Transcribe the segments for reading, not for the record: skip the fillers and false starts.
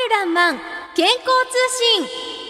るらんまん健康通信。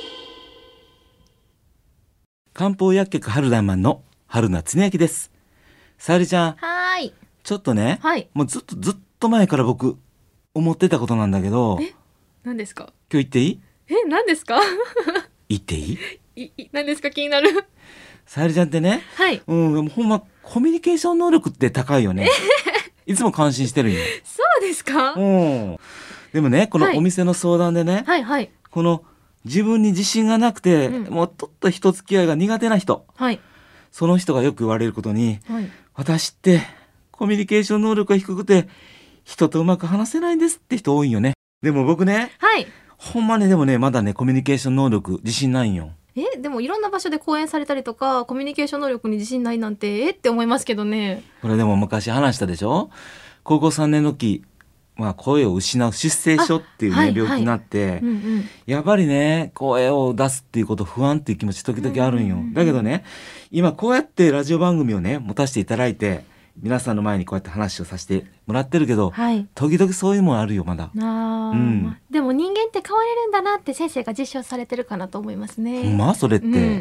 漢方薬局春らんまんの春名恒明です。さゆりちゃん、 はーい。 ちょっとね、 はい。 もうずっと前から僕思ってたことなんだけど、 何ですか？ 今日言っていい？ 何ですか？ 言っていい？ 何ですか？気になる。 さゆりちゃんってね、 はい。 でもほんまコミュニケーション能力って高いよね。いつも感心してるんよ。 そうですか？ でもね、このはいお店の相談でね、 はいはいこの自分に自信がなくて、もうちょっと人付き合いが苦手な人、 はいその人がよく言われることに、 はい。 私ってコミュニケーション能力が低くて人とうまく話せないんですって人多いんよね。でも僕ね、 はい。 ほんまね、でもね、まだね、コミュニケーション能力自信ないんよ。 でもいろんな場所で講演されたりとかコミュニケーション能力に自信ないなんてって思いますけどね。 これでも昔話したでしょ。高校3年の時、声を失う出生症っていうね、 はい病気になって、 うんやっぱりね、声を出すっていうこと不安っていう気持ち時々あるんよ。だけどね、今こうやってラジオ番組をね、持たせていただいて、皆さんの前にこうやって話をさせてもらってるけど、 はい。 時々そういうもんあるよ、まだ。 でも人間って変われるんだなって先生が実証されてるかなと思いますね。 ほんまそれって、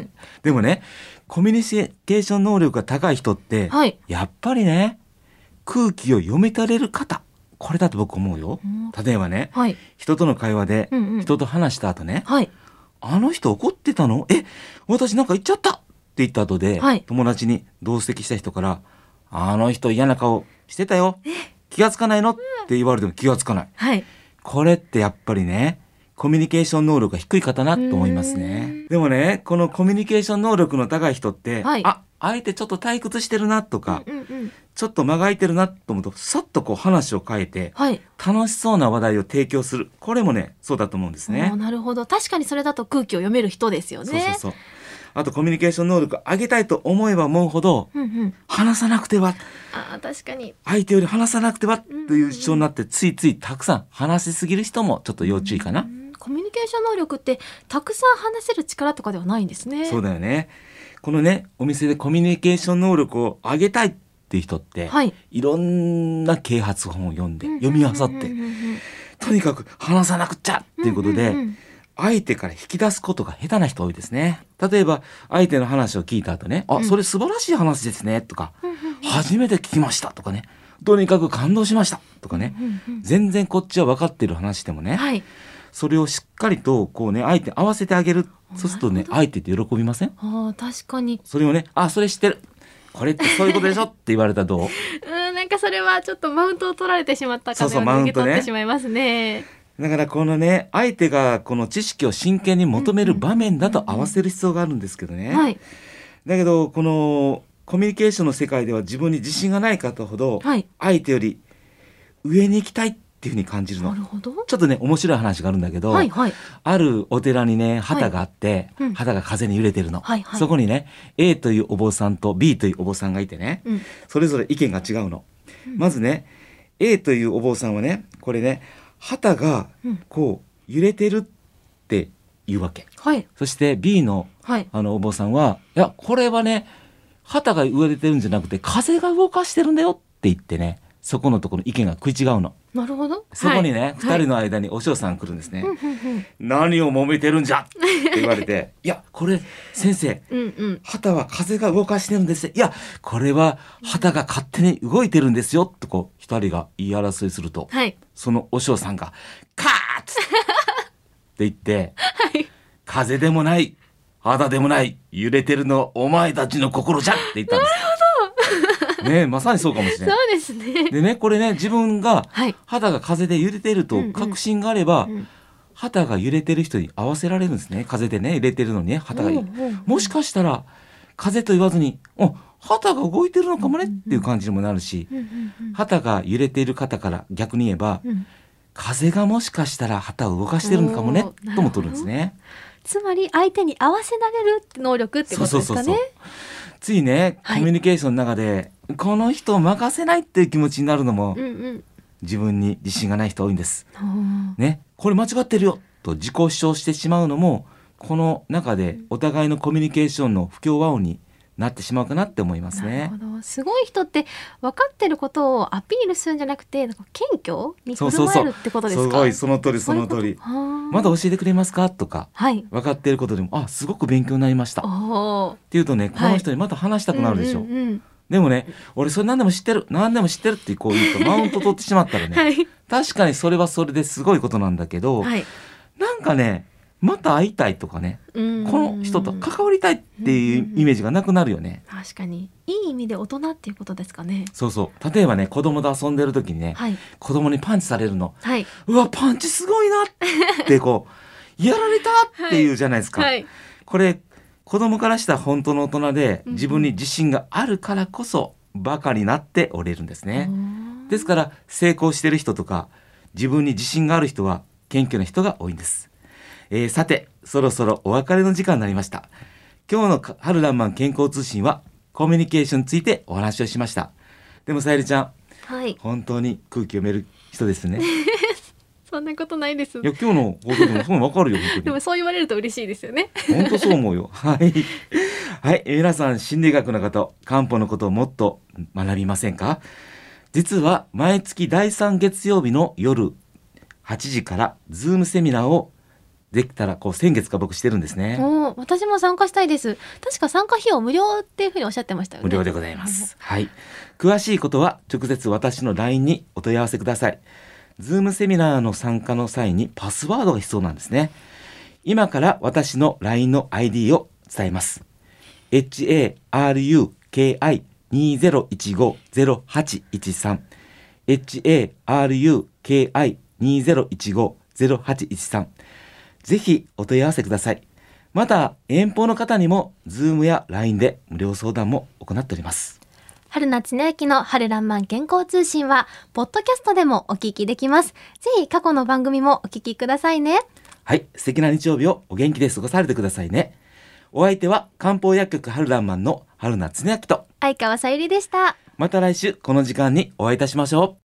でもね、コミュニケーション能力が高い人って、 はい。 やっぱりね、空気を読み取れる方、これだと僕思うよ。例えばね、 はい。 人との会話で、 うんうん人と話した後ね、 はい。 あの人怒ってたの？私なんか言っちゃったって言った後で、 はい友達に同席した人から、あの人嫌な顔してたよ。気がつかないのって言われても気がつかない。 はい。 これってやっぱりね、コミュニケーション能力が低い方なと思いますね。でもね、このコミュニケーション能力の高い人って、 はい相手ちょっと退屈してるなとか、 うんうん。 ちょっと間が空いてるなと思うと、さっとこう話を変えて、 はい。 楽しそうな話題を提供する。これもね、そうだと思うんですね。 なるほど。確かにそれだと空気を読める人ですよね。 そう。あとコミュニケーション能力を上げたいと思えば思うほど、話さなくては、 確かに。 相手より話さなくてはという主張になって、ついついたくさん話しすぎる人もちょっと要注意かな。 コミュニケーション能力ってたくさん話せる力とかではないんですね。 そうだよね。このね、お店でコミュニケーション能力を上げたいっていう人って、 はい。 いろんな啓発本を読んで、読み漁って、とにかく話さなくちゃっていうことで、相手から引き出すことが下手な人多いですね。例えば、相手の話を聞いた後ね、それ素晴らしい話ですね、とか、初めて聞きましたとかね、とにかく感動しましたとかね、全然こっちは分かってる話でもね、 はい。 それをしっかりとこうね、相手に合わせてあげる。そうするとね、相手って喜びません？ 確かに。 それをね、それ知ってる。これってそういうことでしょって言われたらどう？ なんかそれはちょっとマウントを取られてしまったかのように受け取ってしまいますね。 だからこのね、相手がこの知識を真剣に求める場面だと合わせる必要があるんですけどね。 はい。 だけど、このコミュニケーションの世界では自分に自信がない方ほど、 はい。 相手より上に行きたいっていうふうに感じるの。 なるほど。 ちょっとね、面白い話があるんだけど、 はいはい。 あるお寺にね、旗があって、旗が風に揺れてるの。そこにね、A というお坊さんと B というお坊さんがいてね、それぞれ意見が違うの。まずね、A というお坊さんはね、これね、旗がこう揺れてるって言うわけ。そして B の、お坊さんは、いや、これはね、旗が揺れてるんじゃなくて風が動かしてるんだよって言ってね、そこのところ意見が食い違うの。 なるほど。 そこにね、二人の間にお嬢さん来るんですね。何を揉めてるんじゃって言われて、いや、これ先生、旗は風が動かしてるんです。いや、これは旗が勝手に動いてるんですよとこう二人が言い争いすると、そのお嬢さんがカーッって言って、風でもない肌でもない揺れてるのはお前たちの心じゃって言ったんです。ね、まさにそうかもしれない。 そうですね。 でね、これね、自分が肌が風で揺れてると確信があれば、肌が揺れてる人に合わせられるんですね。風でね、揺れてるのにね、肌がもしかしたら風と言わずに、肌が動いてるのかもねっていう感じにもなるし、肌が揺れている方から逆に言えば、風がもしかしたら旗を動かしてるのかもねとも取るんですね。 つまり相手に合わせられる能力ってことですかね。 ついね、コミュニケーションの中で、この人を任せないっていう気持ちになるのも、自分に自信がない人多いんです。ね、これ間違ってるよと自己主張してしまうのも、この中でお互いのコミュニケーションの不協和音になってしまうかなって思いますね。 なるほど。すごい人って分かってることをアピールするんじゃなくて、なんか謙虚に振る舞えるってことですか？ すごい、その通りその通り。 まだ教えてくれますかとか、 はい、 分かっていることでもすごく勉強になりましたっていうとね、この人にまた話したくなるでしょ、 うんうんうん、 でもね、俺それ何でも知ってるってこう言うとマウント取ってしまったらね、はい、確かにそれはそれですごいことなんだけど、はい、なんかねまた会いたいとかね、この人と関わりたいっていうイメージがなくなるよね。 確かにいい意味で大人っていうことですかね。 そうそう、例えばね、子供と遊んでる時にね、はい、子供にパンチされるの、はい、うわパンチすごいなってこうやられたっていうじゃないですか、はいはい、これ子供からしたら本当の大人で自分に自信があるからこそバカになっておれるんですね。ですから成功してる人とか自分に自信がある人は謙虚な人が多いんです。さてそろそろお別れの時間になりました。今日の春らんまん健康通信はコミュニケーションについてお話をしました。でもさゆりちゃん、はい、本当に空気読める人ですね。 そんなことないです。 いや今日の放送でもそうわかるよ本当に。 でもそう言われると嬉しいですよね。 本当そう思うよ。はいはい、皆さん心理学のこと、漢方のことをもっと学びませんか？実は毎月第3月曜日の夜8時からズームセミナーをできたら先月から僕してるんですね。 私も参加したいです。確か参加費用無料っていうふうにおっしゃってましたよね。 無料でございます。はい。詳しいことは直接私の LINE にお問い合わせください。ズームセミナーの参加の際にパスワードが必要なんですね。今から私の LINE の ID を伝えます。HARUKI2015-0813 HARUKI2015-0813 ぜひお問い合わせください。また遠方の方にも Zoom や LINE で無料相談も行っております。 春名恒之の春らんまん健康通信はポッドキャストでもお聞きできます。ぜひ過去の番組もお聞きくださいね。 はい、素敵な日曜日をお元気で過ごされてくださいね。お相手は漢方薬局春らんまんの春名恒之と相川さゆりでした。 また来週この時間にお会いいたしましょう。